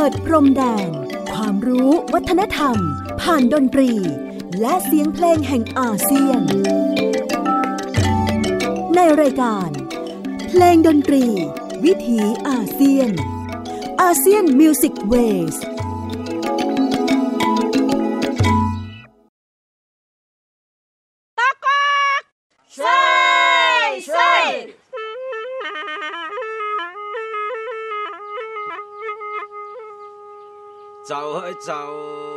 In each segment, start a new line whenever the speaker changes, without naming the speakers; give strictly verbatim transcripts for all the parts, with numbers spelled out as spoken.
ดพรมแดนความรู้วัฒนธรรมผ่านดนตรีและเสียงเพลงแห่งอาเซียนในรายการเพลงดนตรีวิถีอาเซียนอาเซียนมิวสิกเวส
ตะกอกใช่ใช่
เจ้าเฮ้ยเจ้า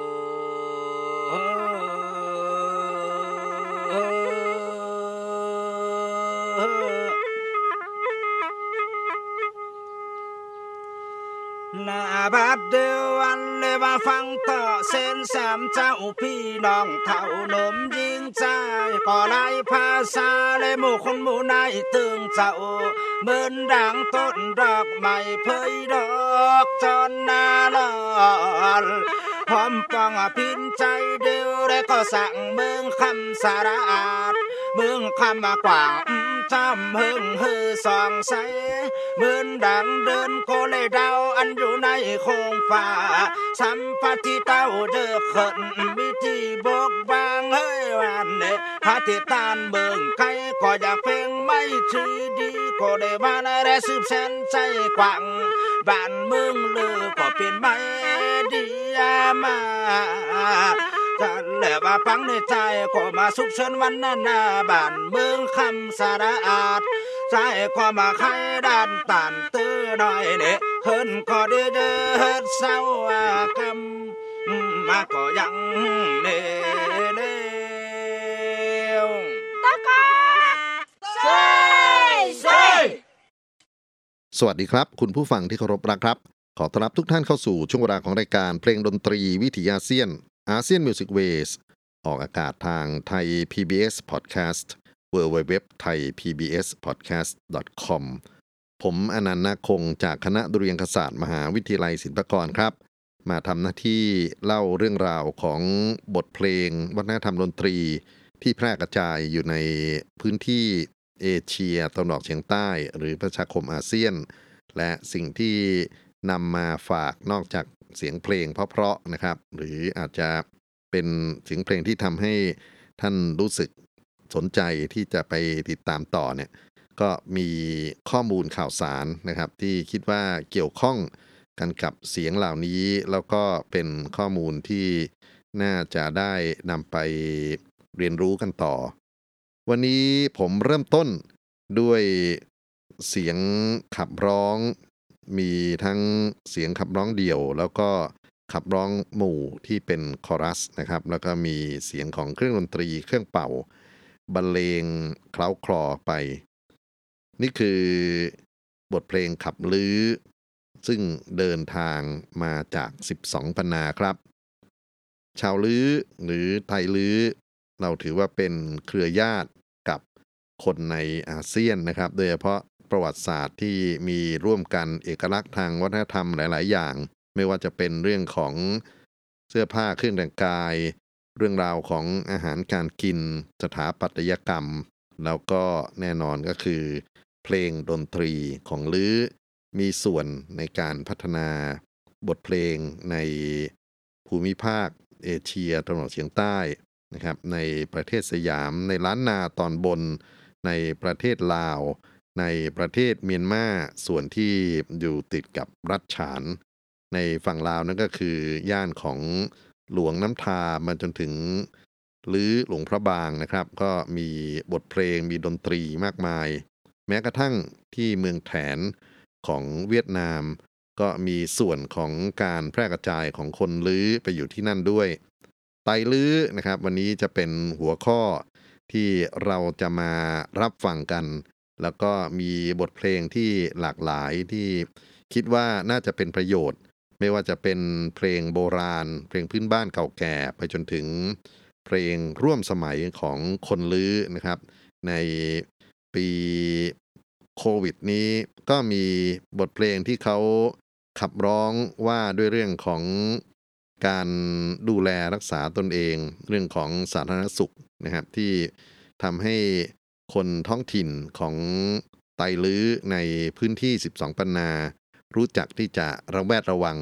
นาบัดเดียววันเลยมาฟังต่อเส้นสามเจ้าพี่น้องเท่าหนุ่มยิงใจก็ไล่ภาษาเลยหมู่คนหมู่นายตึงเจ้าเหมือนดังต้นดอกไม้เผยดอกจอนนาลอนหอมปองพินใจเดียวได้ก็สั่งเมืองคำสาราดเมืองคำมากว่าจำหึงฮือสองใสเหมือนดังเดินโคเลยดาวอันอยู่ในโคงฟ้าสัมผัสที่เต้าเดือดขึ้นวิธีบกบางเฮ้ยวันนี้พาที่ตานเมืองใครก็อยากเพลงไม่ชีดีก็ได้มาได้สืบแสนใจกว้างบ้านเมืองลือก็เป็นไม่ดีมาจันแหลว่าฟังในใจก็มาสุขเชิญวันนั้นนาบ้านเมืองคำสาราอาดใจก็มาใครด้านตันตื้อหน่อยเนี่ยเฮิรนก็ได้เดินเศร้ากำมาก็ยังเน่เลี้ยว
ตะกอกใช่ใช่
สวัสดีครับคุณผู้ฟังที่เคารพรักครับขอต้อนรับทุกท่านเข้าสู่ช่วงเวลาของรายการเพลงดนตรีวิถีอาเซียนอาเซียนมิวสิกเวสออกอากาศทางไทย พี บี เอส Podcast ดับเบิลยู ดับเบิลยู ดับเบิลยู ดอท ไทย พี บี เอส พอดแคสต์ ดอท คอม ผมอนันต์ นาคงจากคณะดุริยางคศาสตร์มหาวิทยาลัยศิลปากรครับมาทำหน้าที่เล่าเรื่องราวของบทเพลงวัฒนธรรมดนตรีที่แพร่กระจายอยู่ในพื้นที่เอเชียตะวันออกเฉียงใต้หรือประชาคมอาเซียนและสิ่งที่นำมาฝากนอกจากเสียงเพลงเพราะๆนะครับหรืออาจจะเป็นเสียงเพลงที่ทำให้ท่านรู้สึกสนใจที่จะไปติดตามต่อเนี่ยก็มีข้อมูลข่าวสารนะครับที่คิดว่าเกี่ยวข้องกันกับเสียงเหล่านี้แล้วก็เป็นข้อมูลที่น่าจะได้นำไปเรียนรู้กันต่อวันนี้ผมเริ่มต้นด้วยเสียงขับร้องมีทั้งเสียงขับร้องเดี่ยวแล้วก็ขับร้องหมู่ที่เป็นคอรัสนะครับแล้วก็มีเสียงของเครื่องดนตรีเครื่องเป่าบรรเลงเคล้าคลอไปนี่คือบทเพลงขับลื้อซึ่งเดินทางมาจากสิบสองปันนาครับชาวลื้อหรือไทยลื้อเราถือว่าเป็นเครือญาติกับคนในอาเซียนนะครับโดยเฉพาะประวัติศาสตร์ที่มีร่วมกันเอกลักษณ์ทางวัฒนธรรมหลายๆอย่างไม่ว่าจะเป็นเรื่องของเสื้อผ้าเครื่องแต่งกายเรื่องราวของอาหารการกินสถาปัตยกรรมแล้วก็แน่นอนก็คือเพลงดนตรีของลื้อมีส่วนในการพัฒนาบทเพลงในภูมิภาคเอเชียตะวันออกเฉียงใต้นะครับในประเทศสยามในล้านนาตอนบนในประเทศลาวในประเทศเมียนมาส่วนที่อยู่ติดกับรัฐฉานในฝั่งลาวนั่นก็คือย่านของหลวงน้ำทามาจนถึงลื้อหลวงพระบางนะครับก็มีบทเพลงมีดนตรีมากมายแม้กระทั่งที่เมืองแถนของเวียดนามก็มีส่วนของการแพร่กระจายของคนลื้อไปอยู่ที่นั่นด้วยไตลื้อนะครับวันนี้จะเป็นหัวข้อที่เราจะมารับฟังกันแล้วก็มีบทเพลงที่หลากหลายที่คิดว่าน่าจะเป็นประโยชน์ไม่ว่าจะเป็นเพลงโบราณเพลงพื้นบ้านเก่าแก่ไปจนถึงเพลงร่วมสมัยของคนลื้อนะครับในปีโควิดนี้ก็มีบทเพลงที่เขาขับร้องว่าด้วยเรื่องของการดูแลรักษาตนเองเรื่องของสาธารณสุขนะครับที่ทำให้คนท้องถิ่นของไตลื้อในพื้นที่สิบสองปันนารู้จักที่จะระแวดระวัง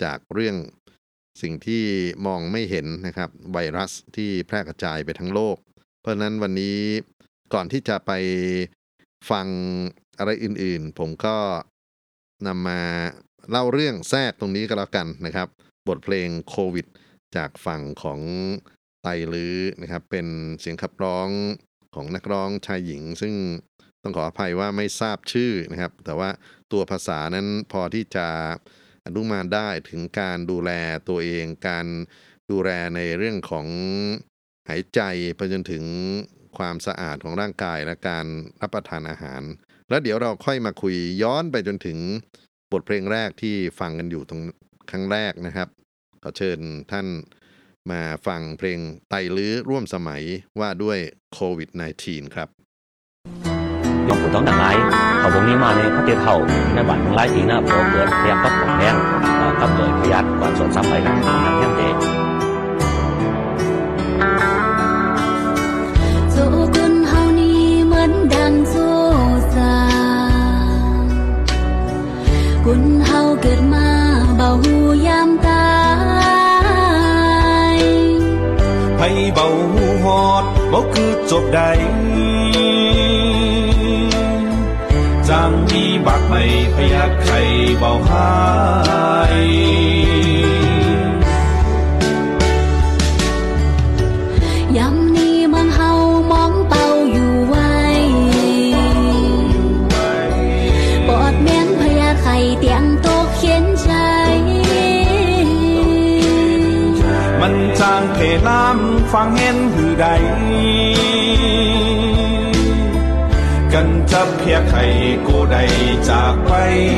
จากเรื่องสิ่งที่มองไม่เห็นนะครับไวรัสที่แพร่กระจายไปทั้งโลกเพราะนั้นวันนี้ก่อนที่จะไปฟังอะไรอื่นๆผมก็นำมาเล่าเรื่องแทรกตรงนี้ก็แล้วกันนะครับบทเพลงโควิดจากฝั่งของไตลื้อนะครับเป็นเสียงขับร้องของนักร้องชายหญิงซึ่งต้องขออภัยว่าไม่ทราบชื่อนะครับแต่ว่าตัวภาษานั้นพอที่จะอนุมานได้ถึงการดูแลตัวเองการดูแลในเรื่องของหายใจไปจนถึงความสะอาดของร่างกายและการรับประทานอาหารแล้วเดี๋ยวเราค่อยมาคุยย้อนไปจนถึงบทเพลงแรกที่ฟังกันอยู่ตรงครั้งแรกนะครับขอเชิญท่านมาฟังเพลงไตลื้อร่วมสมัยว่าด้วยโควิด สิบเก้า ครับ
用普通的来好容易嘛呢เขาเตียเท่าในบ้านของหลายทีนะพอเกิดพยาธิก็แห้งก็เกิดพยาธิก่อนส่วนซ้ำไปนะน้ำแห้งเด็ก
โซกุนเฮานี่เหมือนดังโซซากุนเฮาเกิดมาเบาหูยามตาย
ไผเบาหูฮอดบ่คือจบได้จางมีบาดไม่พยาธิไข้เบาหาย
ยามนี้เมืองเฮามองเป่าอยู่ไว้ปอดแม่นพยาธิไข้เตียงตกเขียนใจ
มันจางเพน้ำฟังเห็นหือใดกันจับเพียไข่กูได้จากไป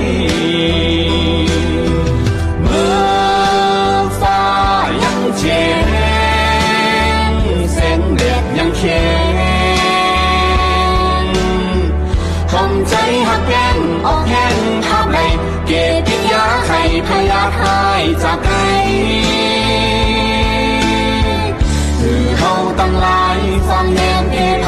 เมื่อฟ้ายังแจ้งแสงแดดยังแข็งห้องใจหักแป้งออกแห้งทับไหลเก็บปิดยาไข่พยาธิหายจากไกลคือเฮาตั้งหลายฟังแย้มเพไผ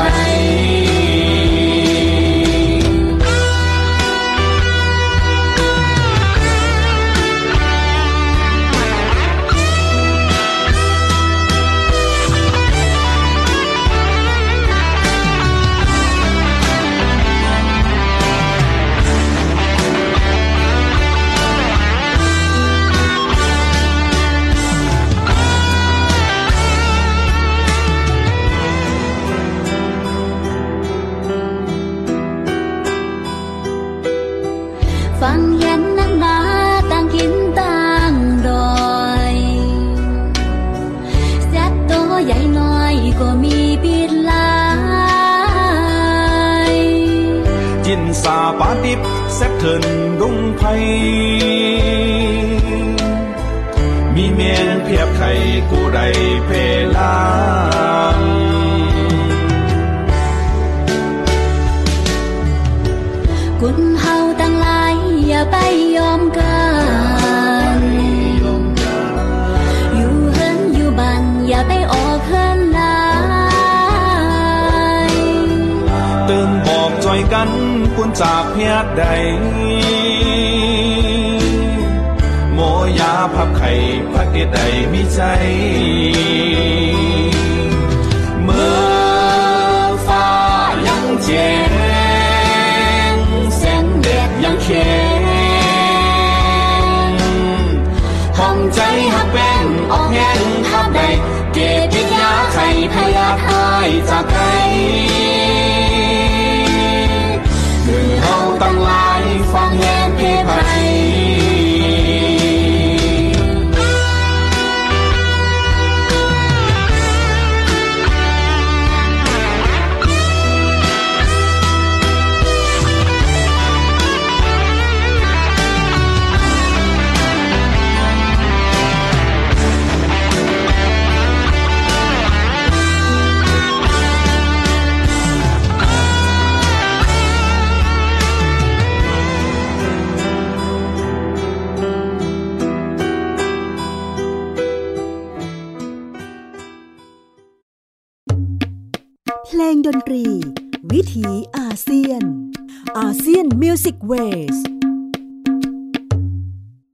ฟังเห็นนักหนาต่างกินต่างดอยแซ่บโตใหญ่น้อยก็มีปิดหลาย
จินสาปาดิบแซ่บเถินดงไผมีเมียนเพียบไข่กูได้เพลาง
กุนเฮาตั้งหลายอย่าไปยอมกันอยู่เฮินอยู่บ้านอย่าไปออกเฮินหลาย
เตือนบอกจอยกันกุนจากเพียดใดโมยาพับไข่พักเดียดใดมีใจเมื่อฟ้ายังแจ้งแสงแดดยังแข็งห้องใจหักแป้งออกแห้งทับใดเก็บปิดยาไข้พยาธิหายจากไกลคือเฮาตั้งหลายฟังแย้มเพไผ
เพลงดนตรีวิถีอาเซียนอาเซียนมิวสิกเวส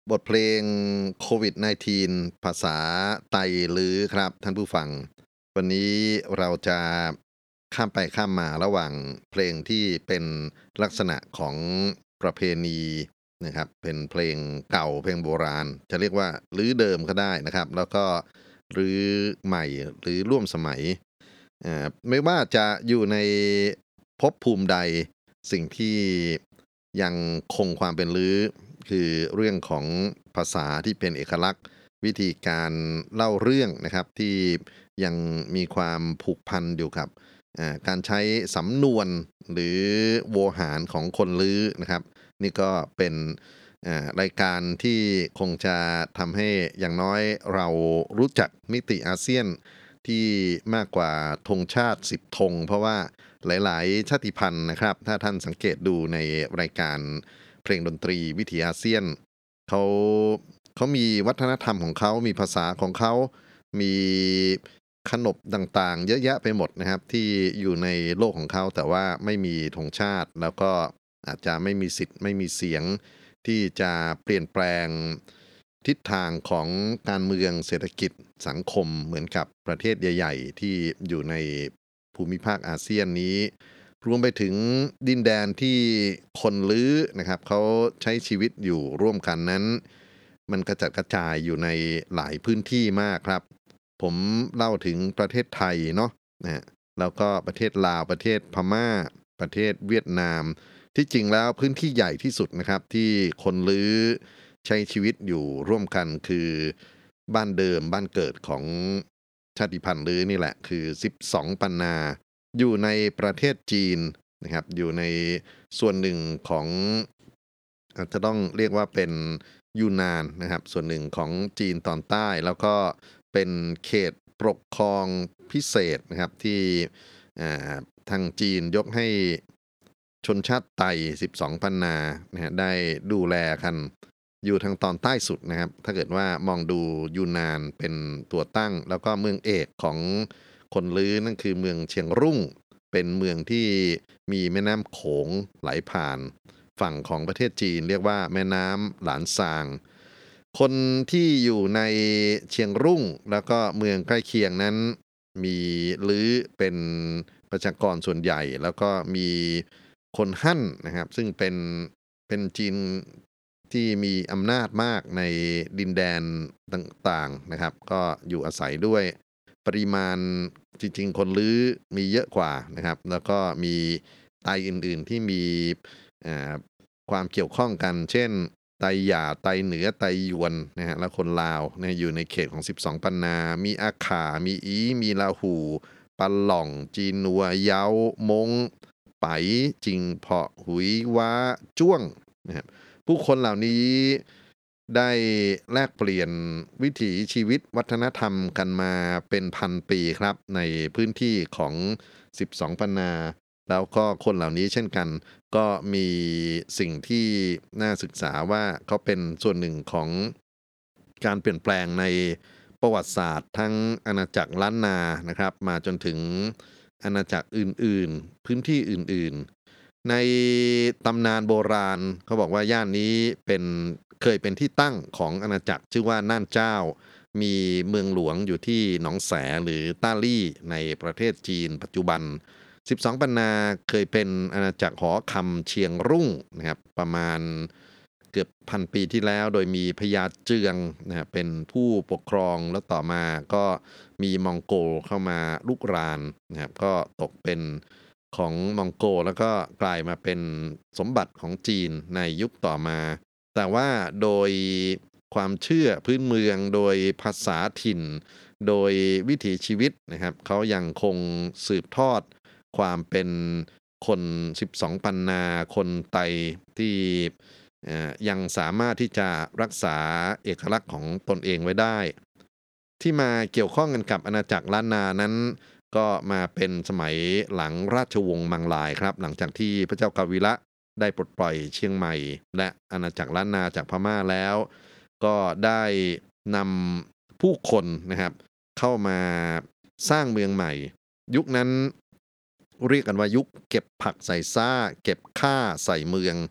บทเพลงโควิด สิบเก้า ภาษาไตลื้อครับท่านผู้ฟังวันนี้เราจะข้ามไปข้ามมาระหว่างเพลงที่เป็นลักษณะของประเพณีนะครับเป็นเพลงเก่าเพลงโบราณจะเรียกว่าลื้อเดิมก็ได้นะครับแล้วก็ลื้อใหม่หรือร่วมสมัยอ่าไม่ว่าจะอยู่ในภพภูมิใดสิ่งที่ยังคงความเป็นลื้อคือเรื่องของภาษาที่เป็นเอกลักษณ์วิธีการเล่าเรื่องนะครับที่ยังมีความผูกพันอยู่กับการใช้สำนวนหรือโวหารของคนลื้อนะครับนี่ก็เป็นรายการที่คงจะทำให้อย่างน้อยเรารู้จักมิติอาเซียนที่มากกว่าธงชาติสิบธงเพราะว่าหลายๆชาติพันธุ์นะครับถ้าท่านสังเกตดูในรายการเพลงดนตรีวิถีอาเซียนเขาเขามีวัฒนธรรมของเขามีภาษาของเขามีขนบต่างๆเยอะแยะไปหมดนะครับที่อยู่ในโลกของเขาแต่ว่าไม่มีธงชาติแล้วก็อาจจะไม่มีสิทธิ์ไม่มีเสียงที่จะเปลี่ยนแปลงทิศทางของการเมืองเศรษฐกิจสังคมเหมือนกับประเทศใหญ่ๆที่อยู่ในภูมิภาคอาเซียนนี้รวมไปถึงดินแดนที่คนลื้อนะครับเขาใช้ชีวิตอยู่ร่วมกันนั้นมันกระจัดกระจายอยู่ในหลายพื้นที่มากครับผมเล่าถึงประเทศไทยเนาะนะแล้วก็ประเทศลาวประเทศพม่าประเทศเวียดนามที่จริงแล้วพื้นที่ใหญ่ที่สุดนะครับที่คนลื้อใช้ชีวิตอยู่ร่วมกันคือบ้านเดิมบ้านเกิดของชาติพันธุ์ลื้อนี่แหละคือสิบสองปันนาอยู่ในประเทศจีนนะครับอยู่ในส่วนหนึ่งของอาจจะต้องเรียกว่าเป็นยูนานนะครับส่วนหนึ่งของจีนตอนใต้แล้วก็เป็นเขตปกครองพิเศษนะครับที่ทางจีนยกให้ชนชาติไตสิบสองปันนานะฮะได้ดูแลกันอยู่ทางตอนใต้สุดนะครับถ้าเกิดว่ามองดูยูนานเป็นตัวตั้งแล้วก็เมืองเอกของคนลื้อนั่นคือเมืองเชียงรุ่งเป็นเมืองที่มีแม่น้ำโขงไหลผ่านฝั่งของประเทศจีนเรียกว่าแม่น้ำหลานซางคนที่อยู่ในเชียงรุ่งแล้วก็เมืองใกล้เคียงนั้นมีลื้อเป็นประชากรส่วนใหญ่แล้วก็มีคนฮั่นนะครับซึ่งเป็นเป็นจีนที่มีอำนาจมากในดินแดนต่างๆนะครับก็อยู่อาศัยด้วยปริมาณจริงๆคนลื้อมีเยอะกว่านะครับแล้วก็มีไตอื่นๆที่มีความเกี่ยวข้องกันเช่นไตหย่าไตเหนือไตหยวนนะฮะแล้วคนลาวเนี่ยอยู่ในเขตของสิบสองปันนามีอาขามีอีมีลาหูปันหล่องจีนัวเยามงไปจิงเพาะหุยว้าจ้วงนะครับผู้คนเหล่านี้ได้แลกเปลี่ยนวิถีชีวิตวัฒนธรรมกันมาเป็นพันปีครับในพื้นที่ของสิบสองปันนาแล้วก็คนเหล่านี้เช่นกันก็มีสิ่งที่น่าศึกษาว่าเขาเป็นส่วนหนึ่งของการเปลี่ยนแปลงในประวัติศาสตร์ทั้งอาณาจักรล้านนานะครับมาจนถึงอาณาจักรอื่นๆพื้นที่อื่นๆในตำนานโบราณเขาบอกว่าย่านนี้เป็นเคยเป็นที่ตั้งของอาณาจักรชื่อว่าน่านเจ้ามีเมืองหลวงอยู่ที่หนองแสหรือต้าลี่ในประเทศจีนปัจจุบันสิบสองปันนาเคยเป็นอาณาจักรหอคำเชียงรุ่งนะครับประมาณเกือบพันปีที่แล้วโดยมีพญาเจืองนะเป็นผู้ปกครองแล้วต่อมาก็มีมองโกลเข้ามาลุกรานนะครับก็ตกเป็นของมองโกลแล้วก็กลายมาเป็นสมบัติของจีนในยุคต่อมาแต่ว่าโดยความเชื่อพื้นเมืองโดยภาษาถิ่นโดยวิถีชีวิตนะครับเขายังคงสืบทอดความเป็นคนสิบสองปันนาคนไตที่ยังสามารถที่จะรักษาเอกลักษณ์ของตนเองไว้ได้ที่มาเกี่ยวข้องกันกับอาณาจักรล้านนานั้นก็มาเป็นสมัยหลังราชวงศ์มังลายครับหลังจากที่พระเจ้ากาวิระได้ปลดปล่อยเชียงใหม่และอาณาจักรล้านนาจากพม่าแล้วก็ได้นำผู้คนนะครับเข้ามาสร้างเมืองใหม่ยุคนั้นเรียกกันว่ายุคเก็บผักใส่ซ่าเก็บข้าใส่เมือง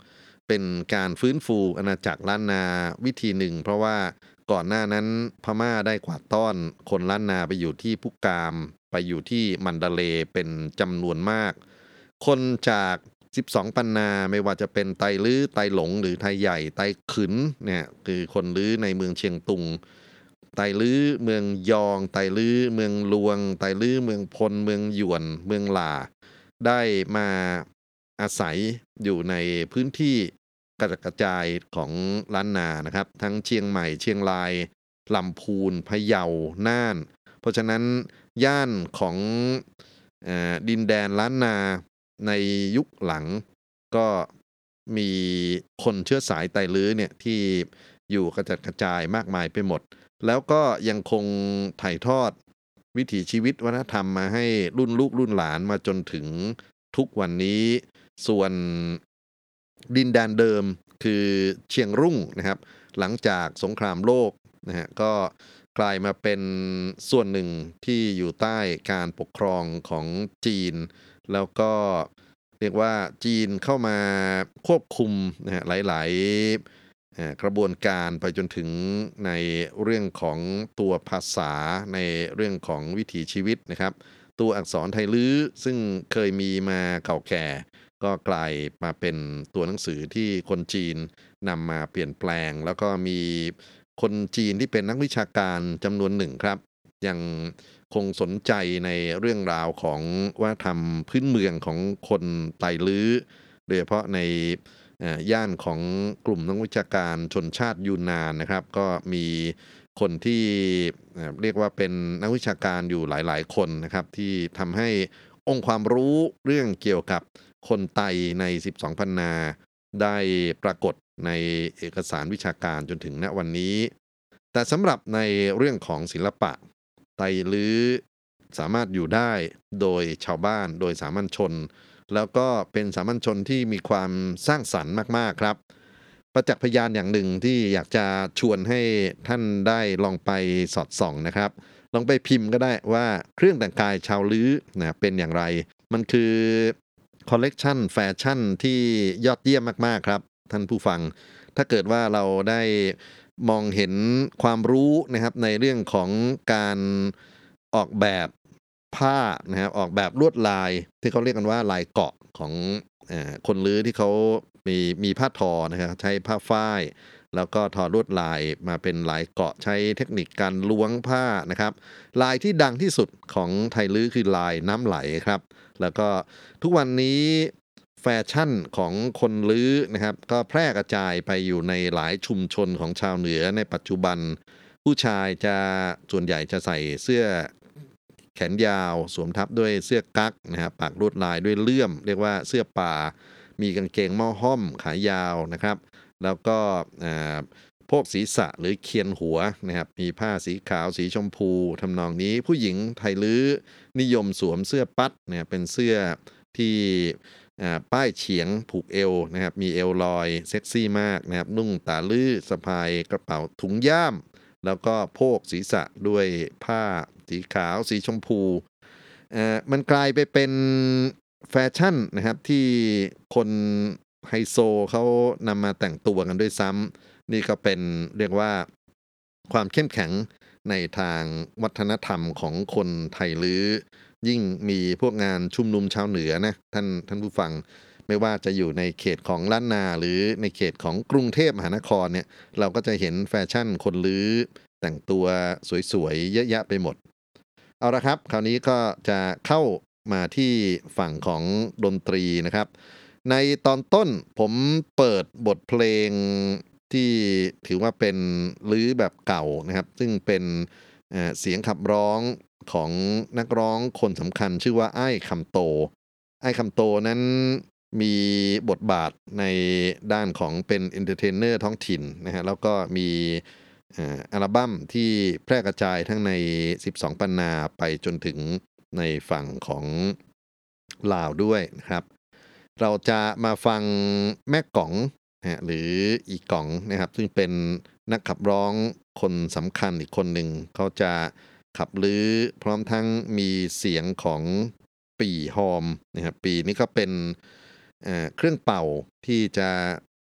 เป็นการฟื้นฟูอาณาจักรล้านนาวิธีหนึ่งเพราะว่าก่อนหน้านั้นพม่าได้กวาดต้อนคนล้านนาไปอยู่ที่พุกามไปอยู่ที่มันดาเลย์เป็นจำนวนมากคนจากสิบสองปันนาไม่ว่าจะเป็นไตลื้อไตหลงหรือไทยใหญ่ไตขืนเนี่ยคือคนลื้อในเมืองเชียงตุงไตลื้อเมืองยองไตลื้อเมืองลวงไตลื้อเมืองพลเมืองหยวนเมืองหล่าได้มาอาศัยอยู่ในพื้นที่กระจัดกระจายของล้านนานะครับทั้งเชียงใหม่เชียงรายลำพูนพะเยาน่านเพราะฉะนั้นย่านของเอ่อดินแดนล้านนาในยุคหลังก็มีคนเชื้อสายไตลื้อเนี่ยที่อยู่กระจัดกระจายมากมายไปหมดแล้วก็ยังคงถ่ายทอดวิถีชีวิตวัฒนธรรมมาให้รุ่นลูกรุ่นหลานมาจนถึงทุกวันนี้ส่วนดินแดนเดิมคือเชียงรุ่งนะครับหลังจากสงครามโลกนะฮะก็กลายมาเป็นส่วนหนึ่งที่อยู่ใต้การปกครองของจีนแล้วก็เรียกว่าจีนเข้ามาควบคุมนะฮะหลายๆกระบวนการไปจนถึงในเรื่องของตัวภาษาในเรื่องของวิถีชีวิตนะครับตัวอักษรไทยลื้อซึ่งเคยมีมาเก่าแก่ก็กลายมาเป็นตัวหนังสือที่คนจีนนำมาเปลี่ยนแปลงแล้วก็มีคนจีนที่เป็นนักวิชาการจำนวนหนึ่งครับยังคงสนใจในเรื่องราวของวัฒนธรรมพื้นเมืองของคนไตลื้อโดยเฉพาะในย่านของกลุ่มนักวิชาการชนชาติยูนนานนะครับก็มีคนที่เรียกว่าเป็นนักวิชาการอยู่หลายๆคนนะครับที่ทำให้องค์ความรู้เรื่องเกี่ยวกับคนไตในสิบสองพันนาได้ปรากฏในเอกสารวิชาการจนถึงณวันนี้แต่สำหรับในเรื่องของศิลปะไตลื้อสามารถอยู่ได้โดยชาวบ้านโดยสามัญชนแล้วก็เป็นสามัญชนที่มีความสร้างสรรค์มากๆครับประจักษ์พยานอย่างหนึ่งที่อยากจะชวนให้ท่านได้ลองไปสอดส่องนะครับลองไปพิมพ์ก็ได้ว่าเครื่องแต่งกายชาวลื้อนะเป็นอย่างไรมันคือคอลเลกชันแฟชั่นที่ยอดเยี่ยมมากๆครับท่านผู้ฟังถ้าเกิดว่าเราได้มองเห็นความรู้นะครับในเรื่องของการออกแบบผ้านะครับออกแบบลวดลายที่เขาเรียกกันว่าลายเกาะของเอ่อคนลื้อที่เขามีมีผ้าทอนะครับใช้ผ้าฝ้ายแล้วก็ทอลวดลายมาเป็นลายเกาะใช้เทคนิคการล้วงผ้านะครับลายที่ดังที่สุดของไทยลื้อคือลายน้ำไหลครับแล้วก็ทุกวันนี้แฟชั่นของคนลื้อนะครับก็แพร่กระจายไปอยู่ในหลายชุมชนของชาวเหนือในปัจจุบันผู้ชายจะส่วนใหญ่จะใส่เสื้อแขนยาวสวมทับด้วยเสื้อกั๊กนะครับปักลวดลายด้วยเลื่อมเรียกว่าเสื้อป่ามีกางเกงหม้อห้อมขายาวนะครับแล้วก็พวกศีรษะหรือเคียนหัวนะครับมีผ้าสีขาวสีชมพูทำนองนี้ผู้หญิงไทยลื้อนิยมสวมเสื้อปัดเนี่ยเป็นเสื้อที่ป้ายเฉียงผูกเอวนะครับมีเอวลอยเซ็กซี่มากนะครับนุ่งตาลื้อสะพายกระเป๋าถุงย่ามแล้วก็โพกศีรษะด้วยผ้าสีขาวสีชมพูมันกลายไปเป็นแฟชั่นนะครับที่คนไฮโซเขานำมาแต่งตัวกันด้วยซ้ำนี่ก็เป็นเรียกว่าความเข้มแข็งในทางวัฒนธรรมของคนไทยลื้อยิ่งมีพวกงานชุมนุมชาวเหนือนะท่านท่านผู้ฟังไม่ว่าจะอยู่ในเขตของล้านนาหรือในเขตของกรุงเทพมหานครเนี่ยเราก็จะเห็นแฟชั่นคนลื้อแต่งตัวสวยๆเยอะแยะไปหมดเอาละครับคราวนี้ก็จะเข้ามาที่ฝั่งของดนตรีนะครับในตอนต้นผมเปิดบทเพลงที่ถือว่าเป็นลื้อแบบเก่านะครับซึ่งเป็นเอ่อเสียงขับร้องของนักร้องคนสำคัญชื่อว่าอ้ายคำโตอ้ายคำโตนั้นมีบทบาทในด้านของเป็นเอนเตอร์เทนเนอร์ท้องถิ่นนะฮะแล้วก็มีอัลบั้มที่แพร่กระจายทั้งในสิบสองปันนาไปจนถึงในฝั่งของลาวด้วยนะครับเราจะมาฟังแม่ก๋องนะหรืออีก๋องนะครับซึ่งเป็นนักขับร้องคนสำคัญอีกคนหนึ่งเขาจะขับลื้อพร้อมทั้งมีเสียงของปี่ฮอมนะครับปี่นี่ก็เป็นเอ่อเครื่องเป่าที่จะ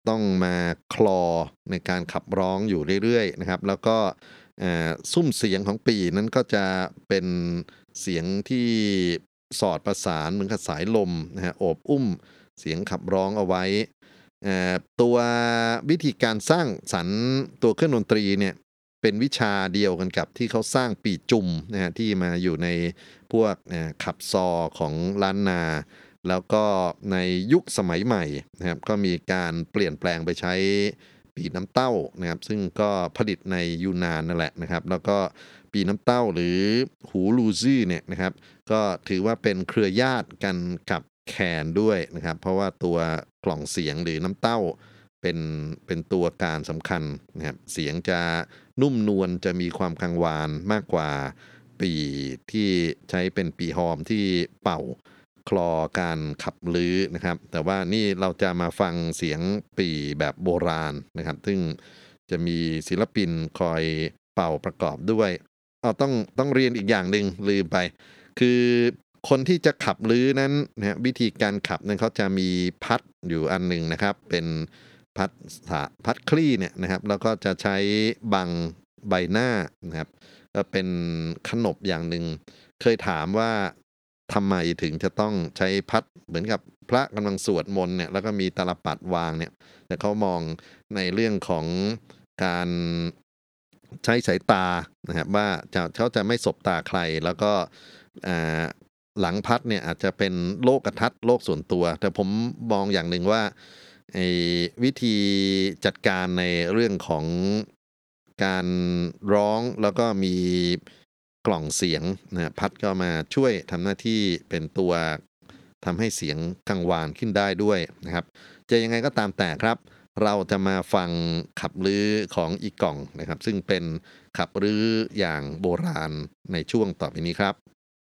ต้องมาคลอในการขับร้องอยู่เรื่อยๆนะครับแล้วก็ซุ้มเสียงของปี่นั้นก็จะเป็นเสียงที่สอดประสานเหมือนกับสายลมนะฮะโอบอุ้มเสียงขับร้องเอาไว้ตัววิธีการสร้างสรรค์ตัวเครื่องดนตรีเนี่ยเป็นวิชาเดียวกันกับที่เขาสร้างปี่จุ่มนะฮะที่มาอยู่ในพวกขับซอของล้านนาแล้วก็ในยุคสมัยใหม่นะครับก็มีการเปลี่ยนแปลงไปใช้ปี่น้ำเต้านะครับซึ่งก็ผลิตในยูนานนั่นแหละนะครับแล้วก็ปี่น้ำเต้าหรือหูลูซี่เนี่ยนะครับก็ถือว่าเป็นเครือญาติกันกับแคนด้วยนะครับเพราะว่าตัวกล่องเสียงหรือน้ำเต้าเป็นเป็นตัวการสำคัญนะครับเสียงจะนุ่มนวลจะมีความกังวานมากกว่าปี่ที่ใช้เป็นปี่ฮอร์นที่เป่าคลอการขับลื้อนะครับแต่ว่านี่เราจะมาฟังเสียงปี่แบบโบราณนะครับซึ่งจะมีศิลปินคอยเป่าประกอบด้วยอ๋อต้องต้องเรียนอีกอย่างนึงลืมไปคือคนที่จะขับลื้อนั้นนะวิธีการขับนั้นเขาจะมีพัดอยู่อันนึงนะครับเป็นพัดพัดคลี่เนี่ยนะครับแล้วก็จะใช้บังใบหน้านะครับก็เป็นขนบอย่างนึงเคยถามว่าทำไมถึงจะต้องใช้พัดเหมือนกับพระกำลังสวดมนต์เนี่ยแล้วก็มีตาลปัดวางเนี่ยแต่เขามองในเรื่องของการใช้สายตานะครับว่าจะเขาจะไม่สบตาใครแล้วก็หลังพัดเนี่ยอาจจะเป็นโลกทัศน์โลกส่วนตัวแต่ผมมองอย่างหนึ่งว่าไอ้วิธีจัดการในเรื่องของการร้องแล้วก็มีกล่องเสียงนะพัดก็มาช่วยทำหน้าที่เป็นตัวทำให้เสียงกังวานขึ้นได้ด้วยนะครับจะยังไงก็ตามแต่ครับเราจะมาฟังขับลื้อของอีกล่องนะครับซึ่งเป็นขับลื้ออย่างโบราณในช่วงต่อไปนี้ครับ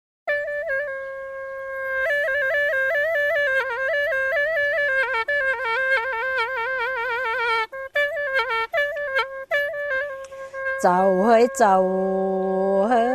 เจ้าเฮ้ยเจ้าเฮ้ย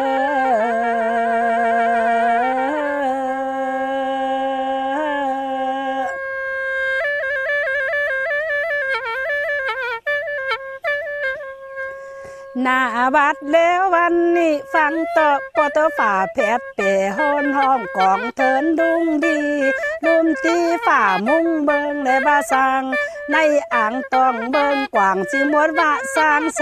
หน้าบัดแล้ววันนี้ฟังต่อปอเตอร์ฝ่าแผดเป๋ฮ้อนห้องกองเทินดุงดีลุมตีฝ่ามุงเบิงและบาสร้างในอ่างต้องเบิงกว่างสิมวดว่าสร้างใส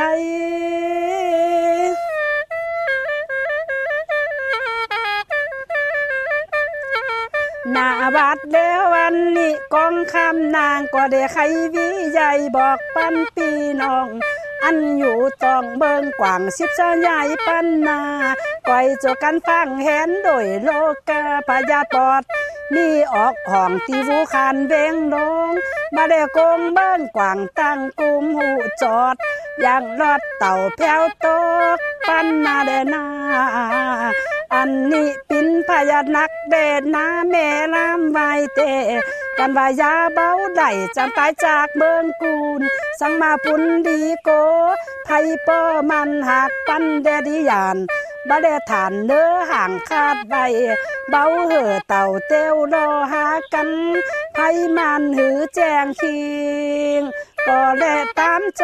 หน้าบัดแล้ววันนี้กองคำนางก็ได้ใครวิใหญ่บอกปันปีน้องอันอยู่ต้องเบิงกว่างสิบสองใหญ่ปันนาก่อยจกันฟังเห็นโดยโลกาพยาปอดมีออกห้องที่วูคานเวงลงมาได้โกงเบิ้งกว่างตั้งกุมหูจอดอย่างรอดเต่าแผ่วตกปันนาเดนาอันนี้ปินพยานักเดชนาแม่ลำไว้เตกันว่ายาเบาได้จำตายจากเมืองกูลสังมาปุนดีโกไผป้อมันหักปันเดดิยานบ่ได้ฐานเนื้อห่างคาดใบเบาเห่อเต่าเต้วรอหากันไผมันหือแจงคิงก็แลตามจ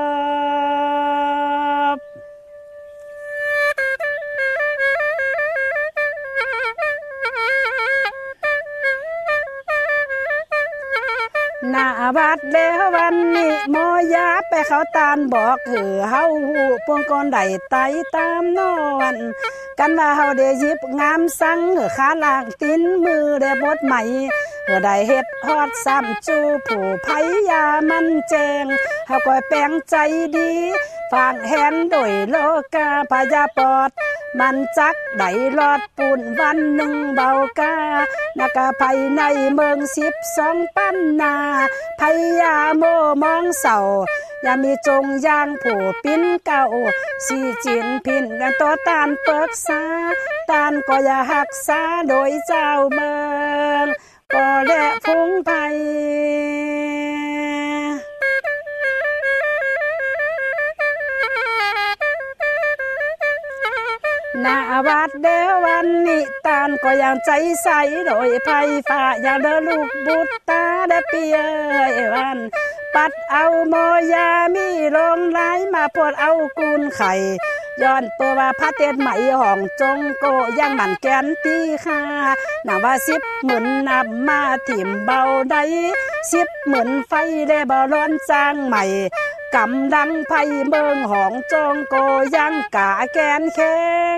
อบหน้าบัดแล้ววันนี้หมอยาไปเขาตานบอกเหือเฮาหูพวงก่อนได้ไตตามนอนกันว่าเฮาได้หยิบงามสังเหือขาล่างติ้นมือได้บดใหม่เหือได้เฮ็ดฮอดซ้ำจูผู้ไผยามันแจงเฮาก็แปลงใจดีฝางแหนโดยโลกาพยาปอดมันจักได้รอดปูนวันหนึ่งเบากานักภายในเมืองสิบสองปันนาพยาโมมองเศร้าอย่ามีจงยางผู้ปิ้นเก่าสีจินพินกันตัวตานเปิกษาตานก็อย่าหักษาโดยเจ้าเมืองก็และพุงไผหนาวัดเดวันนิตานก็ยังใจใสโดยไฟฟ้าอย่างเดลูกบุตรตาได้เปียวันปัดเอาโมยามีลงไหลมาปวดเอากุนไข่ย้อนเปิดว่าพระเตศไหมห้องจงโกยังมันแกนตีค่านางว่าสิบหมื่นนับมาถิ่มเบาได้สิบหมื่นไฟได้บ่ร้อนจางใหม่กำลังไฟเมืองห้องจงโกยังกะแกนแข็ง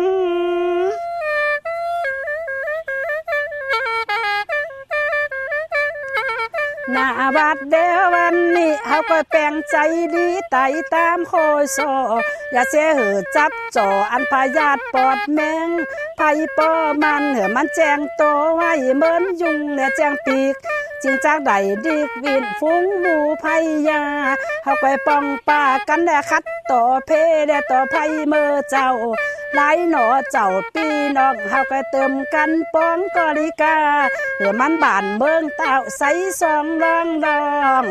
นาวัดเดวันนี้เฮาก็แปลงใจดีไต่ตามโคโซอย่าเสียหือจับจ่ออันพยาธิปอดแมงไผป้อมันเหอมันแจงโตไว้เหมือนยุงเนี่ยแจงปีกจิงจากใดดิกวินฟุ้งหมู่ไผยาเฮาไปป้องป้ากันแลคัดต่อเพแลต่อไผเมื่อเจ้าหลายหนอเจ้าพี่น้องเฮาก็เติมกันป้องกอลิกาเหือมันบ้านเมืองเต้าใสสองรองรอง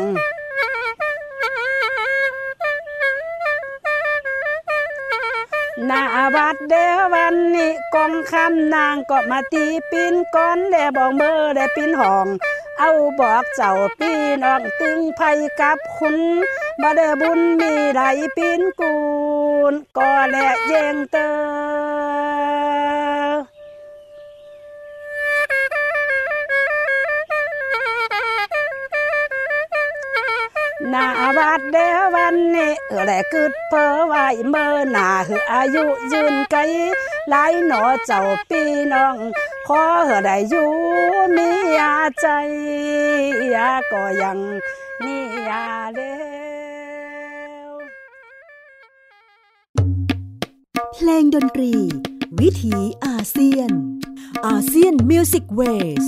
นาวัดเดวันนี้กองคำนางก็มาตีปีนก้อนแลบอกเมื่อได้ปีนห้องเอาบอกเจ้าพี่น้องตึงไผกับคุณบ่ได้บุญมีไหลปีนกูนก็แลเยงเตอนาวัดเดวันนี้เออแหละกึดเพ้อไว้เมื่อหน้าหืออายุยืนไกลหลายหนอเจ้าพี่น้องขอเหือได้อยู่มียาใจยาก็ยังมียาเด้ว
เพลงดนตรีวิถีอาเซียนอาเซียนมิวสิกเวส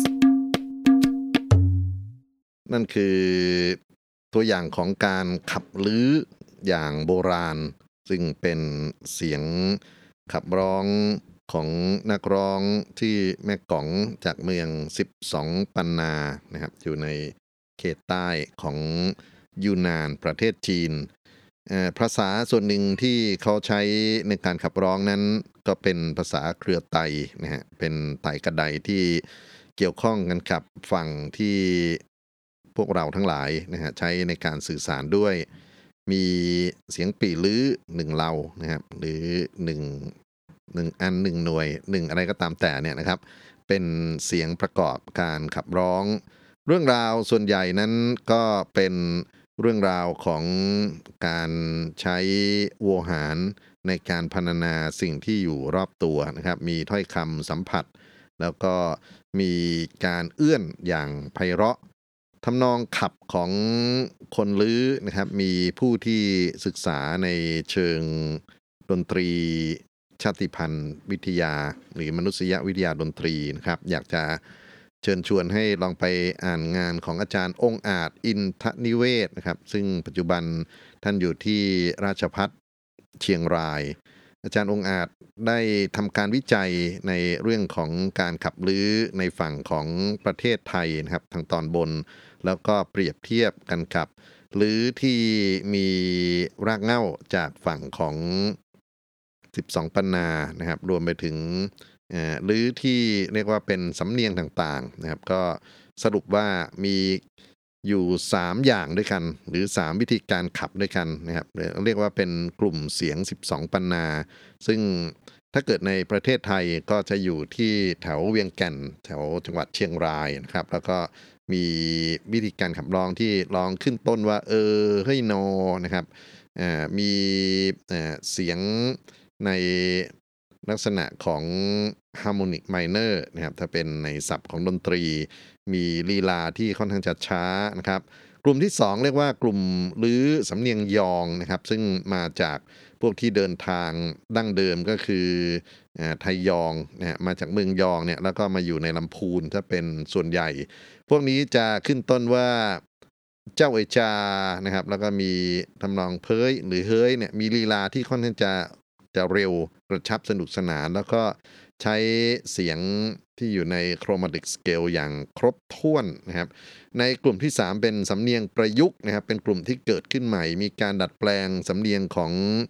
นั่นคือตัวอย่างของการขับลื้ออย่างโบราณซึ่งเป็นเสียงขับร้องของนักร้องที่แม่ก๋องจากเมืองสิบสองปันนานะครับอยู่ในเขตใต้ของยูนานประเทศจีนภาษาส่วนหนึ่งที่เขาใช้ในการขับร้องนั้นก็เป็นภาษาเครือไตนะฮะเป็นไตกระไดที่เกี่ยวข้องกันกับฝั่งที่พวกเราทั้งหลายนะฮะใช้ในการสื่อสารด้วยมีเสียงปี่ลื้อหนึ่งเลานะครับหรือหนึ่งหนึ่งอันหนึ่งหน่วยหนึ่งอะไรก็ตามแต่เนี่ยนะครับเป็นเสียงประกอบการขับร้องเรื่องราวส่วนใหญ่นั้นก็เป็นเรื่องราวของการใช้โวหารในการพรรณนาสิ่งที่อยู่รอบตัวนะครับมีถ้อยคำสัมผัสแล้วก็มีการเอื้อนอย่างไพเราะทำนองขับของคนลื้อนะครับมีผู้ที่ศึกษาในเชิงดนตรีชาติพันธุ์วิทยาหรือมนุษยวิทยาดนตรีนะครับอยากจะเชิญชวนให้ลองไปอ่านงานของอาจารย์องค์อาจอินทนิเวศนะครับซึ่งปัจจุบันท่านอยู่ที่ราชภัฏเชียงรายอาจารย์องค์อาจได้ทำการวิจัยในเรื่องของการขับลื้อในฝั่งของประเทศไทยนะครับทางตอนบนแล้วก็เปรียบเทียบกันกับลื้อที่มีรากเหง้าจากฝั่งของสิบสองปันนานะครับรวมไปถึงลื้อที่เรียกว่าเป็นสำเนียงต่างๆนะครับก็สรุปว่ามีอยู่สามอย่างด้วยกันหรือสามวิธีการขับด้วยกันนะครับเรียกว่าเป็นกลุ่มเสียงสิบสองปันนาซึ่งถ้าเกิดในประเทศไทยก็จะอยู่ที่แถวเวียงแก่นแถวจังหวัดเชียงรายนะครับแล้วก็มีวิธีการขับร้องที่ร้องขึ้นต้นว่าเออเฮ้ยโนนะครับมีเสียงในลักษณะของ harmonic minor นะครับถ้าเป็นในศัพท์ของดนตรีมีลีลาที่ค่อนข้างจะช้านะครับกลุ่มที่สองเรียกว่ากลุ่มหรือสำเนียงยองนะครับซึ่งมาจากพวกที่เดินทางดั้งเดิมก็คือไทยยองนะมาจากเมืองยองเนี่ยแล้วก็มาอยู่ในลำพูนถ้าเป็นส่วนใหญ่พวกนี้จะขึ้นต้นว่าเจ้าเอจานะครับแล้วก็มีทำนองเพ้ยหรือเฮ้ยเนี่ยมีลีลาที่ค่อนข้างจะจะเร็วกระชับสนุกสนานแล้วก็ใช้เสียงที่อยู่ในโครมาติกสเกลอย่างครบถ้วนนะครับในกลุ่มที่สามเป็นสำเนียงประยุกต์นะครับเป็นกลุ่มที่เกิดขึ้นใหม่มีการดัดแปลงสำเนียงของ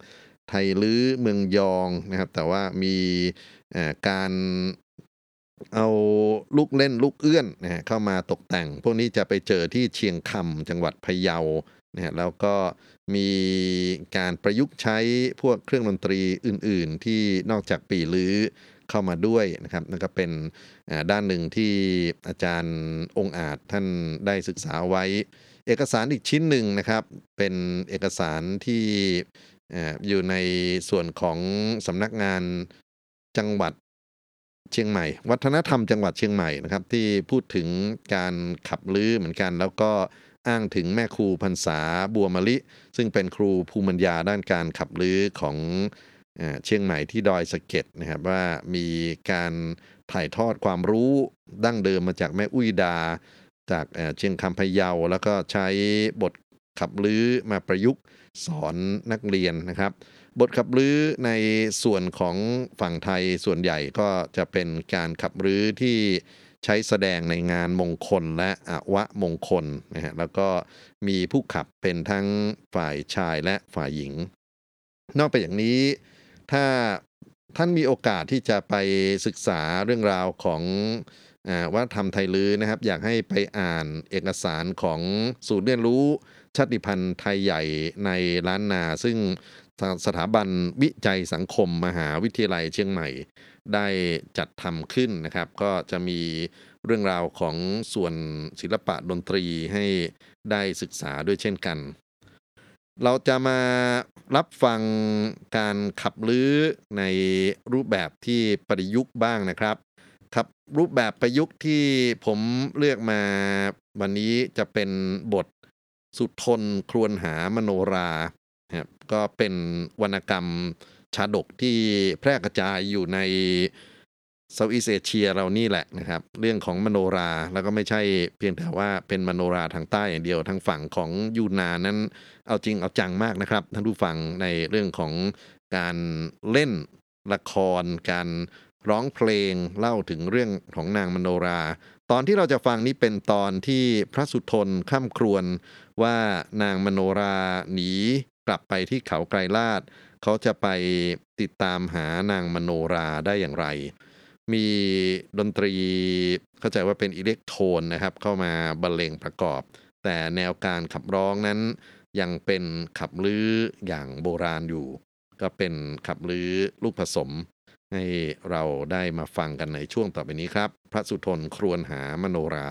ไทยลื้อเมืองยองนะครับแต่ว่ามีการเอาลูกเล่นลูกเอื้อนนะฮะเข้ามาตกแต่งพวกนี้จะไปเจอที่เชียงคำจังหวัดพะเยานะฮะแล้วก็มีการประยุกต์ใช้พวกเครื่องดนตรีอื่นๆที่นอกจากปี่ลื้อเข้ามาด้วยนะครับนั่นก็เป็นด้านหนึ่งที่อาจารย์องค์อาจท่านได้ศึกษาไว้เอกสารอีกชิ้นหนึ่งนะครับเป็นเอกสารที่อยู่ในส่วนของสำนักงานจังหวัดเชียงใหม่วัฒนธรรมจังหวัดเชียงใหม่นะครับที่พูดถึงการขับลื้อเหมือนกันแล้วก็อ้างถึงแม่ครูพรรษาบัวมะลิซึ่งเป็นครูภูมิปัญญาด้านการขับลื้อของเชียงใหม่ที่ดอยสะเก็ดนะครับว่ามีการถ่ายทอดความรู้ดั้งเดิมมาจากแม่อุ้ยดาจากเชียงคำพะเยาแล้วก็ใช้บทขับลื้อมาประยุกต์สอนนักเรียนนะครับบทขับลื้อในส่วนของฝั่งไทยส่วนใหญ่ก็จะเป็นการขับลื้อที่ใช้แสดงในงานมงคลและอวมงคลนะฮะแล้วก็มีผู้ขับเป็นทั้งฝ่ายชายและฝ่ายหญิงนอกไปอย่างนี้ถ้าท่านมีโอกาสที่จะไปศึกษาเรื่องราวของวัฒนธรรมไทยลื้อนะครับอยากให้ไปอ่านเอกสารของศูนย์เรียนรู้ชาติพันธุ์ไทยใหญ่ในล้านนาซึ่งสถาบันวิจัยสังคมมหาวิทยาลัยเชียงใหม่ได้จัดทำขึ้นนะครับก็จะมีเรื่องราวของส่วนศิลปะดนตรีให้ได้ศึกษาด้วยเช่นกันเราจะมารับฟังการขับลื้อในรูปแบบที่ประยุกต์บ้างนะครับครับรูปแบบประยุกต์ที่ผมเลือกมาวันนี้จะเป็นบทสุทนครวญหามโนราครับก็เป็นวรรณกรรมชาดกที่แพร่กระจายอยู่ในเซาท์อีสต์เอเชียเรานี่แหละนะครับเรื่องของมโนราแล้วก็ไม่ใช่เพียงแต่ว่าเป็นมโนราทางใต้อย่างเดียวทางฝั่งของยูนานนั้นเอาจริงเอาจังมากนะครับท่านผู้ฟังในเรื่องของการเล่นละครการร้องเพลงเล่าถึงเรื่องของนางมโนราตอนที่เราจะฟังนี้เป็นตอนที่พระสุทนคร่ำครวญว่านางมโนราหนีกลับไปที่เขาไกรลาดเขาจะไปติดตามหานางมโนราได้อย่างไรมีดนตรีเข้าใจว่าเป็นอิเล็กโทนนะครับเข้ามาบรรเลงประกอบแต่แนวการขับร้องนั้นยังเป็นขับลื้ออย่างโบราณอยู่ก็เป็นขับลื้อลูกผสมให้เราได้มาฟังกันในช่วงต่อไปนี้ครับพระสุทนครวญหามโนรา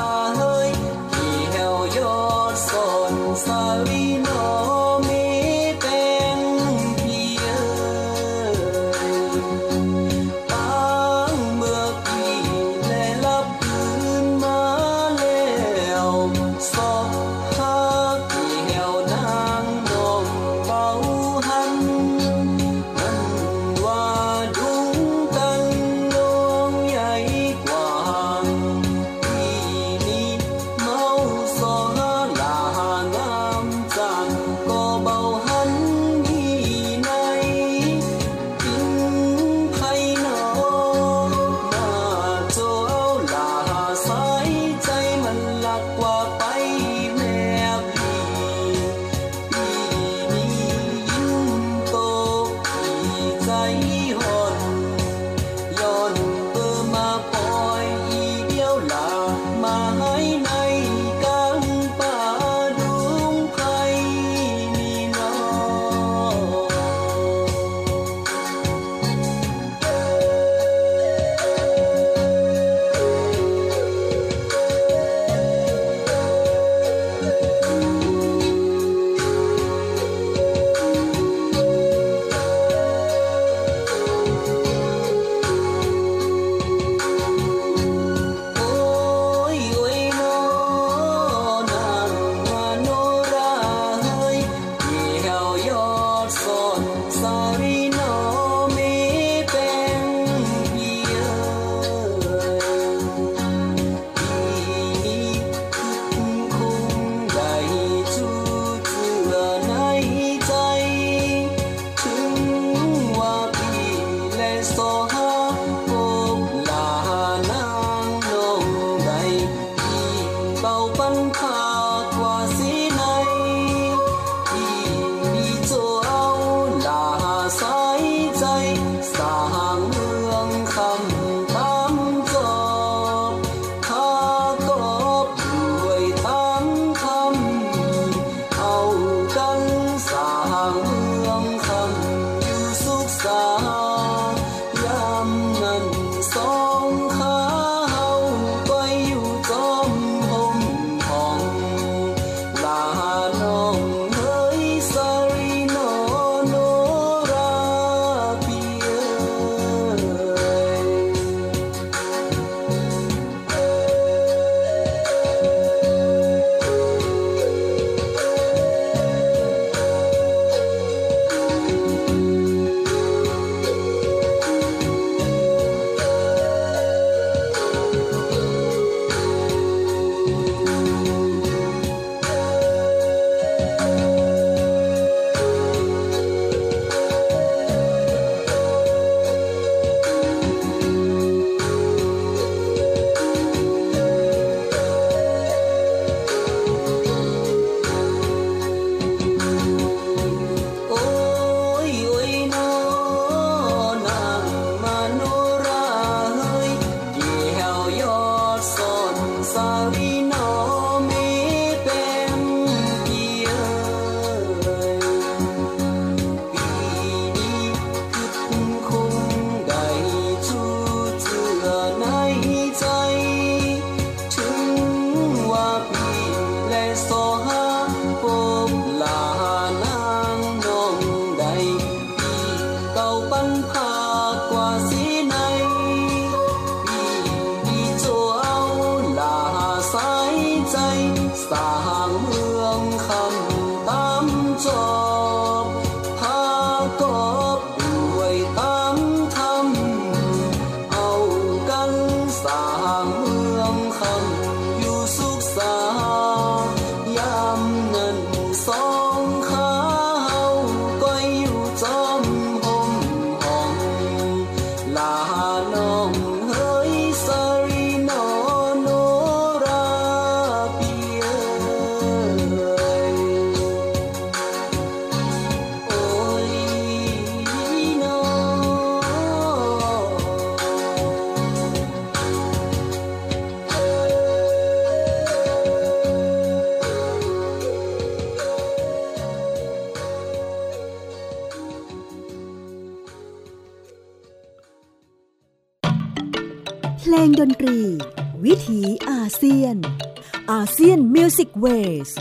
Sa vi no mi ำตามจบถ้ากบด้วยตั้งคำเอากันสร้างเมืองคำอยู่สุขสายามนั้นสองขาเฮาไปอยู่จอมห่มห้องลาน้องเฮ้ยสารีโนโนราปีเอ้โอ้ยโอ้ยน้อนางมโนราเฮ้ยเกี่ยวยอดสนสาลีโนมีเป็นปีเอ้ยปีนี้คิดคงได้ชูเจือในใจถึงว่าปีและสอหาพบลานางน้องใดปีเก่าปันภากว่าสีในปีนี้โจเอาลาสายใจสร้างเมืองคำตามจบพากบด้วยตั้งคำเอากันสร้างเมืองคำอยู่สุขสายามนั้นสองขาเฮาก็อยู่จอมห่มห้องลาน้องเฮ้ยสารีโนโนราปีเอ้ยโอ้ยน้อ
เพลงดนตรีวิถีอาเซียนอาเซียนมิวสิกเวส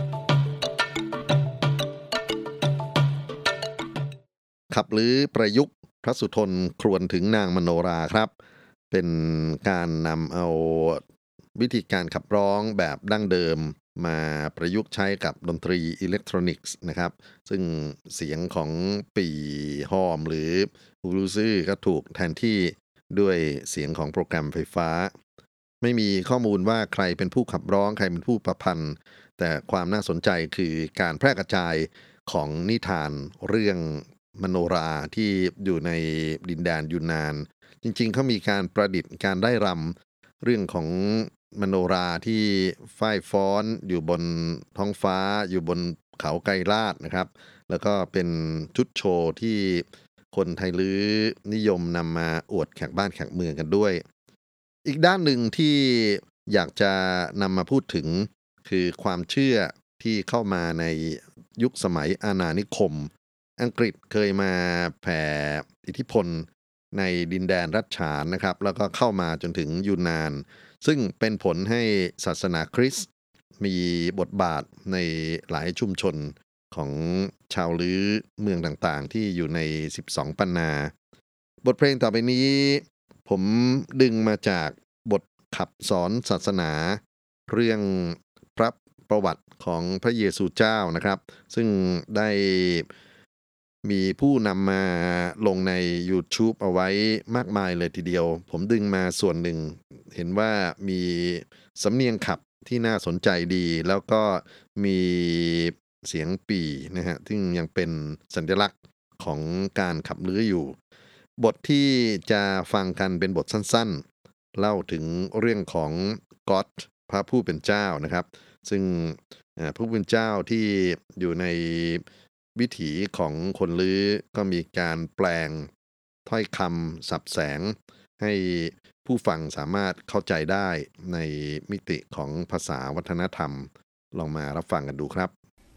ขับหรือประยุกต์พระสุทนครวญถึงนางมโนราครับ เป็นการนำเอาวิธีการขับร้องแบบดั้งเดิมมาประยุกต์ใช้กับดนตรีอิเล็กทรอนิกส์นะครับซึ่งเสียงของปีฮอมหรือฮูลูซื่อก็ถูกแทนที่ด้วยเสียงของโปรแกรมไฟฟ้าไม่มีข้อมูลว่าใครเป็นผู้ขับร้องใครเป็นผู้ประพันธ์แต่ความน่าสนใจคือการแพร่กระจายของนิทานเรื่องมโนราที่อยู่ในดินแดนยูนนานจริงๆเขามีการประดิษฐ์การได้รำเรื่องของมโนราที่ฝ้ายฟ้อนอยู่บนท้องฟ้าอยู่บนเขาไกรลาดนะครับแล้วก็เป็นชุดโชว์ที่คนไทยลื้อนิยมนำมาอวดแขกบ้านแขกเมืองกันด้วยอีกด้านหนึ่งที่อยากจะนำมาพูดถึงคือความเชื่อที่เข้ามาในยุคสมัยอาณานิคมอังกฤษเคยมาแผ่อิทธิพลในดินแดนรัชฉานนะครับแล้วก็เข้ามาจนถึงยูนนานซึ่งเป็นผลให้ศาสนาคริสต์มีบทบาทในหลายชุมชนของชาวลื้อเมืองต่างๆที่อยู่ในสิบสองปันนาบทเพลงต่อไปนี้ผมดึงมาจากบทขับสอนศาสนาเรื่องพระประวัติของพระเยซูเจ้านะครับซึ่งได้มีผู้นำมาลงใน YouTube เอาไว้มากมายเลยทีเดียวผมดึงมาส่วนหนึ่งเห็นว่ามีสำเนียงขับที่น่าสนใจดีแล้วก็มีเสียงปี่นะฮะซึ่งยังเป็นสัญลักษณ์ของการขับลื้ออยู่บทที่จะฟังกันเป็นบทสั้นๆเล่าถึงเรื่องของก็อดพระผู้เป็นเจ้านะครับซึ่งพระผู้เป็นเจ้าที่อยู่ในวิถีของคนลื้อก็มีการแปลงถ้อยคำสับแสงให้ผู้ฟังสามารถเข้าใจได้ในมิติของภาษาวัฒนธรรมลองมารับฟังกันดูครับ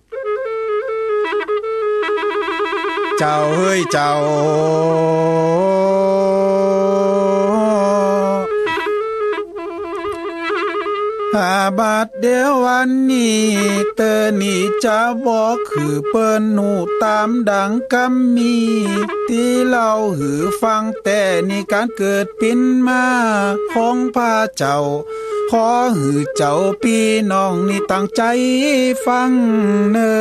เจ้าเฮ้ยเจ้าหาบาทเดียววันนี้เตอนี่จะบอกคือเปิ้นหูตามดังกำมีที่เล่าหือฟังแต่นี่การเกิดเป็นมาของพระเจ้าขอหือเจ้าพี่น้องนี่ตั้งใจฟังเนอ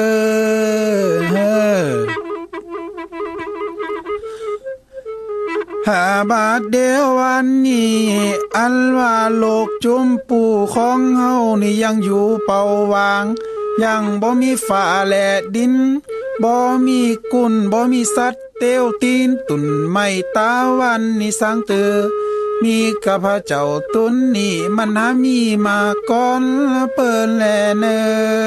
หาบาทเดียววันนี้อันว่าโลกจุมปูของเฮานี่ยังอยู่เป่าวางยังบ่มีฟ้าและดินบ่มีกุนบ่มีสัตว์เตียวตีนตุ่นไม่ตาวันนี่สร้างเตือมีกับพระเจ้าตุนนี่มันหามีมาก่อนเปิ้นแลเนอ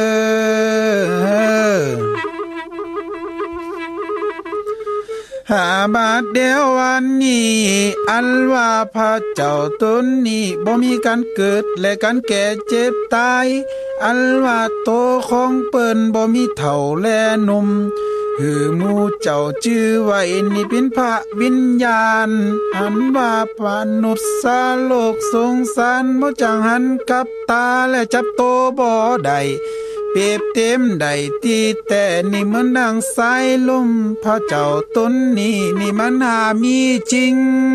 หาบาทเดียววันนี้อันว่าพระเจ้าตนนี้บ่มีการเกิดและการแก่เจ็บตายอันว่าโตของเปิ้นบ่มีเฒ่าและหนุ่มหือหมู่เจ้าชื่อไว้นี่เป็นพระวิญญาณอันว่าปานุษย์สาโลกสงสารบ่จังหันกับตาและจับโตบ่ได้เปรียบเต็มใดที่แต่นี่เหมือนดังสายลมพระเจ้าตนนี้นี่มันหามีจริง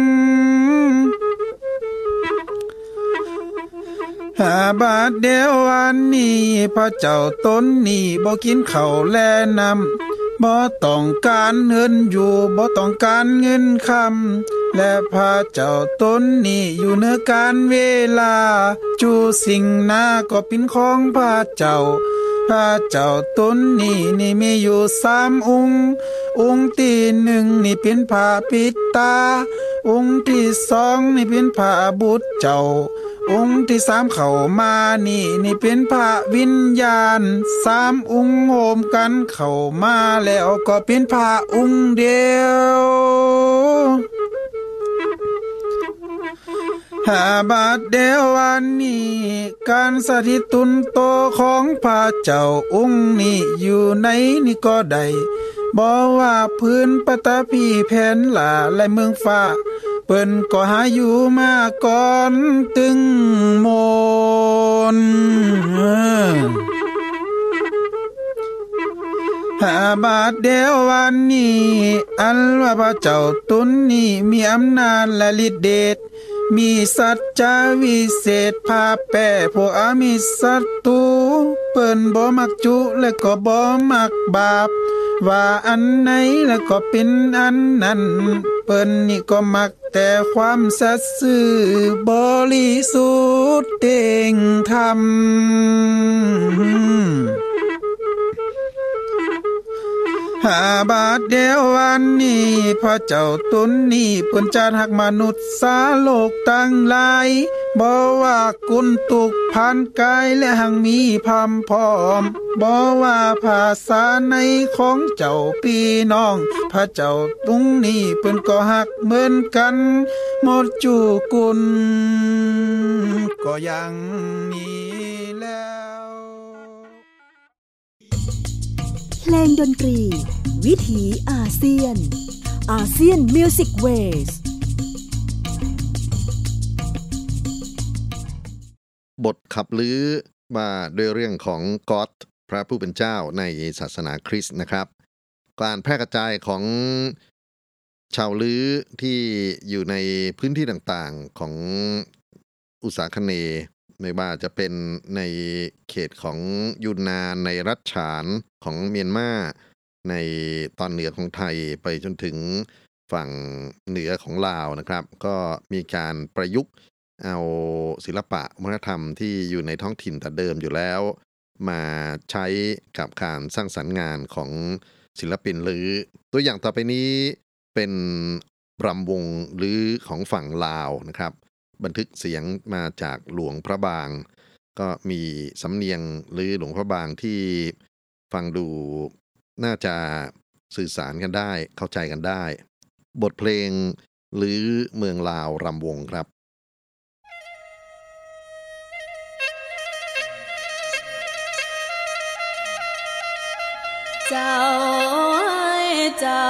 หาบาทเดียววันนี้พระเจ้าตนนี้บ่กินข้าวและน้ำบ่ต้องการเงินอยู่บ่ต้องการเงินคำและพระเจ้าตนนี้อยู่เหนือการเวลาจูสิ่งหน้าก็เป็นของพระเจ้าพระเจ้าตนนี้นี่มีอยู่สามองค์องค์ที่หนึ่งนี่เป็นพระปิตาองค์ที่สองนี่เป็นพระบุตรเจ้าองค์ที่สามเข้ามานี่นี่เป็นพระวิญญาณสามองค์โหมกันเข้ามาแล้วก็เป็นพระองค์เดียวหาบาทเดียววันนี้การสถิตตุนโตของพระเจ้าองค์นี้อยู่ในนี่ก็ได้บ่ว่าพื้นปฐพีแผ่นหลาและเมืองฟ้าเปิ้นก็หาอยู่มาก่อนตึงโมนหาบาทเดียววันนี้อันว่าพระเจ้าตนนี้มีอำนาจและฤทธิ์เดชมีสัจจาวิเศษพาแป้พวกอามิศัตรูเปิ้นบ่มักจุและก็บ่มักบาปว่าอันไหนแล้วก็เป็นอันนั้นเปิ้นนี่ก็มักแต่ความสัตย์ซื่อบริสุทธิ์เต็งธรรมหาบาทเดียววันนี้พระเจ้าตนนี้เปิ้นจัดหักมนุษย์สาโลกตั้งหลายบ่ว่ากุนตุกพันกายและหังมีพร้อมพร้อมบ่ว่าภาษาในของเจ้าพี่น้องพระเจ้าตรงนี้เปิ้นก็หักเหมือนกันหมดจูกุนก็ยังมีแล้ว
เพลงดนตรีวิถีอาเซียนอาเซียนมิวสิกเวส
บทขับลื้อมาด้วยเรื่องของก็อดพระผู้เป็นเจ้าในศาสนาคริสต์นะครับการแพร่กระจายของชาวลื้อที่อยู่ในพื้นที่ต่างๆของอุษาคเนย์ไม่ว่าจะเป็นในเขตของยูนนานในรัฐฉานของเมียนมาในตอนเหนือของไทยไปจนถึงฝั่งเหนือของลาวนะครับก็มีการประยุกต์เอาศิลปะวัฒนธรรมที่อยู่ในท้องถิ่นแต่เดิมอยู่แล้วมาใช้กับการสร้างสรรค์งานของศิลปินลื้อตัวอย่างต่อไปนี้เป็นรำวงลื้อของฝั่งลาวนะครับบันทึกเสียงมาจากหลวงพระบางก็มีสำเนียงลื้อหลวงพระบางที่ฟังดูน่าจะสื่อสารกันได้เข้าใจกันได้บทเพลงหรือเมืองลาวรำวงครับ
เจ้าเจ้า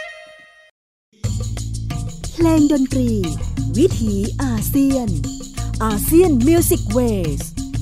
เพลงดนตรีวิถีอาเซียนอาเซียนมิวสิกเวส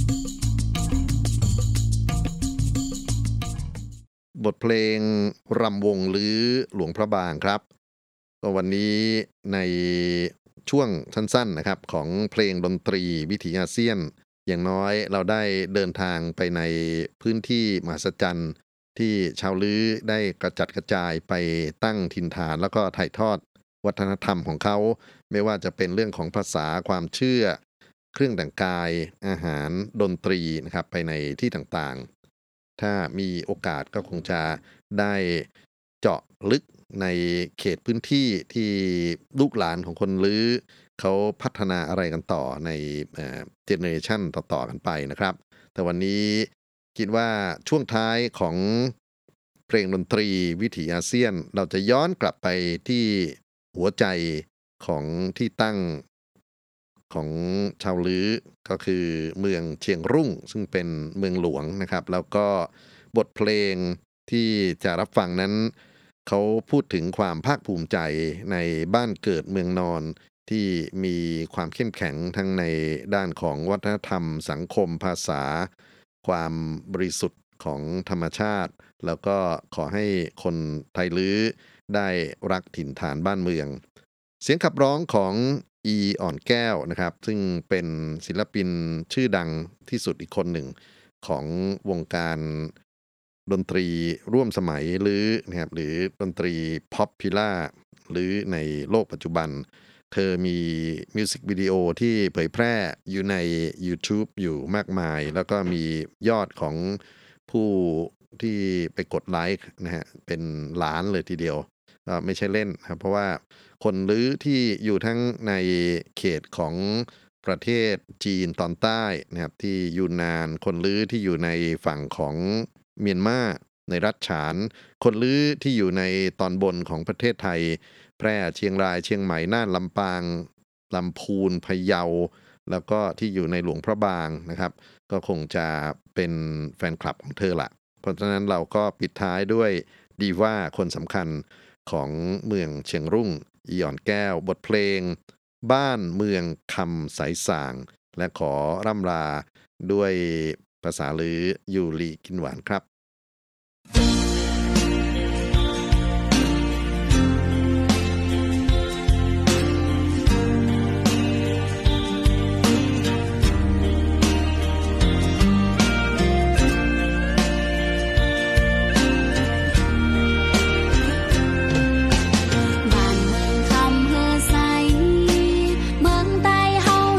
บทเพลงรำวงหรือหลวงพระบางครับก็วันนี้ในช่วงสั้นๆนะครับของเพลงดนตรีวิถีอาเซียนอย่างน้อยเราได้เดินทางไปในพื้นที่มหัศจรรย์ที่ชาวลื้อได้กระจัดกระจายไปตั้งถิ่นฐานแล้วก็ถ่ายทอดวัฒนธรรมของเขาไม่ว่าจะเป็นเรื่องของภาษาความเชื่อเครื่องแต่งกายอาหารดนตรีนะครับไปในที่ต่างๆถ้ามีโอกาสก็คงจะได้เจาะลึกในเขตพื้นที่ที่ลูกหลานของคนลื้อเขาพัฒนาอะไรกันต่อในเจเนอเรชันต่อๆกันไปนะครับแต่วันนี้คิดว่าช่วงท้ายของเพลงดนตรีวิถีอาเซียนเราจะย้อนกลับไปที่หัวใจของที่ตั้งของชาวลื้อก็คือเมืองเชียงรุ่งซึ่งเป็นเมืองหลวงนะครับแล้วก็บทเพลงที่จะรับฟังนั้นเขาพูดถึงความภาคภูมิใจในบ้านเกิดเมืองนอนที่มีความเข้มแข็งทั้งในด้านของวัฒนธรรมสังคมภาษาความบริสุทธิ์ของธรรมชาติแล้วก็ขอให้คนไทยลื้อได้รักถิ่นฐานบ้านเมืองเสียงขับร้องของอีอ่อนแก้วนะครับซึ่งเป็นศิลปินชื่อดังที่สุดอีกคนหนึ่งของวงการดนตรีร่วมสมัยหรือนะครับหรือดนตรีพ็อปพิล่าหรือในโลกปัจจุบันเธอมีมิวสิกวิดีโอที่เผยแพร่อยู่ใน YouTube อยู่มากมายแล้วก็มียอดของผู้ที่ไปกดไลค์นะฮะเป็นล้านเลยทีเดียวก็ไม่ใช่เล่นครับเพราะว่าคนลื้อที่อยู่ทั้งในเขตของประเทศจีนตอนใต้นะครับที่ยูนนานคนลื้อที่อยู่ในฝั่งของเมียนมาในรัฐฉานคนลื้อที่อยู่ในตอนบนของประเทศไทยแพร่เชียงรายเชียงใหม่น่านลำปางลำพูนพะเยาแล้วก็ที่อยู่ในหลวงพระบางนะครับก็คงจะเป็นแฟนคลับของเธอละเพราะฉะนั้นเราก็ปิดท้ายด้วยดีว่าคนสำคัญของเมืองเชียงรุ่งอีอ่อนแก้วบทเพลงบ้านเมืองคำสายสางและขอร่ำลาด้วยภาษาลื้อยูรีกินหวานครับ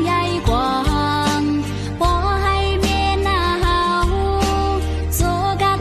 โซกา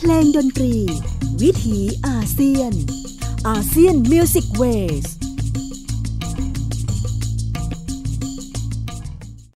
เพลงดนตรีวิถีอาเซียนอาเซียนมิวสิกเวส